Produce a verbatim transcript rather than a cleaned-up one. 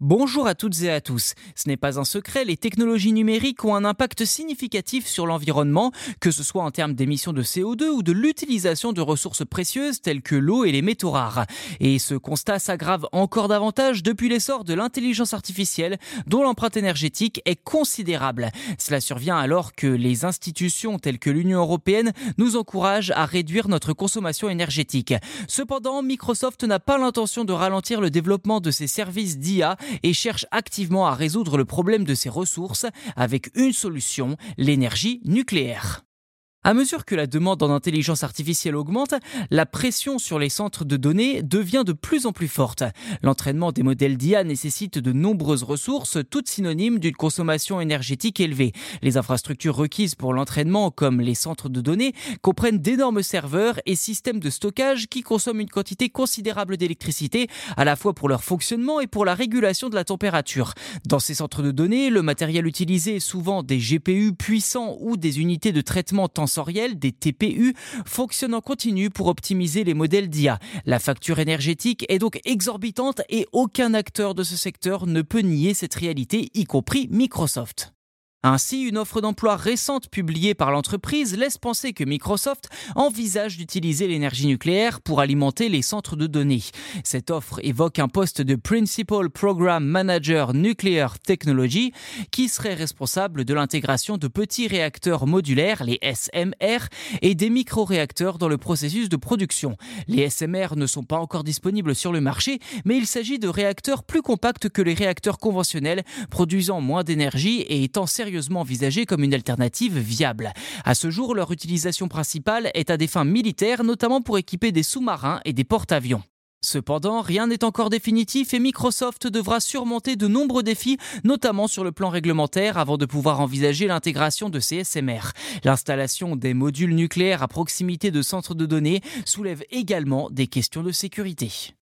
Bonjour à toutes et à tous. Ce n'est pas un secret, les technologies numériques ont un impact significatif sur l'environnement, que ce soit en termes d'émissions de C O deux ou de l'utilisation de ressources précieuses telles que l'eau et les métaux rares. Et ce constat s'aggrave encore davantage depuis l'essor de l'intelligence artificielle, dont l'empreinte énergétique est considérable. Cela survient alors que les institutions telles que l'Union européenne nous encouragent à réduire notre consommation énergétique. Cependant, Microsoft n'a pas l'intention de ralentir le développement de ses services d'I A et cherche activement à résoudre le problème de ses ressources avec une solution, l'énergie nucléaire. À mesure que la demande en intelligence artificielle augmente, la pression sur les centres de données devient de plus en plus forte. L'entraînement des modèles d'I A nécessite de nombreuses ressources, toutes synonymes d'une consommation énergétique élevée. Les infrastructures requises pour l'entraînement, comme les centres de données, comprennent d'énormes serveurs et systèmes de stockage qui consomment une quantité considérable d'électricité, à la fois pour leur fonctionnement et pour la régulation de la température. Dans ces centres de données, le matériel utilisé est souvent des G P U puissants ou des unités de traitement tensoriel, des T P U, fonctionnent en continu pour optimiser les modèles d'I A. La facture énergétique est donc exorbitante et aucun acteur de ce secteur ne peut nier cette réalité, y compris Microsoft. Ainsi, une offre d'emploi récente publiée par l'entreprise laisse penser que Microsoft envisage d'utiliser l'énergie nucléaire pour alimenter les centres de données. Cette offre évoque un poste de Principal Program Manager Nuclear Technology qui serait responsable de l'intégration de petits réacteurs modulaires, les S M R, et des micro-réacteurs dans le processus de production. Les S M R ne sont pas encore disponibles sur le marché, mais il s'agit de réacteurs plus compacts que les réacteurs conventionnels, produisant moins d'énergie et étant sérieusement envisagés comme une alternative viable. À ce jour, leur utilisation principale est à des fins militaires, notamment pour équiper des sous-marins et des porte-avions. Cependant, rien n'est encore définitif et Microsoft devra surmonter de nombreux défis, notamment sur le plan réglementaire, avant de pouvoir envisager l'intégration de ces S M R. L'installation des modules nucléaires à proximité de centres de données soulève également des questions de sécurité.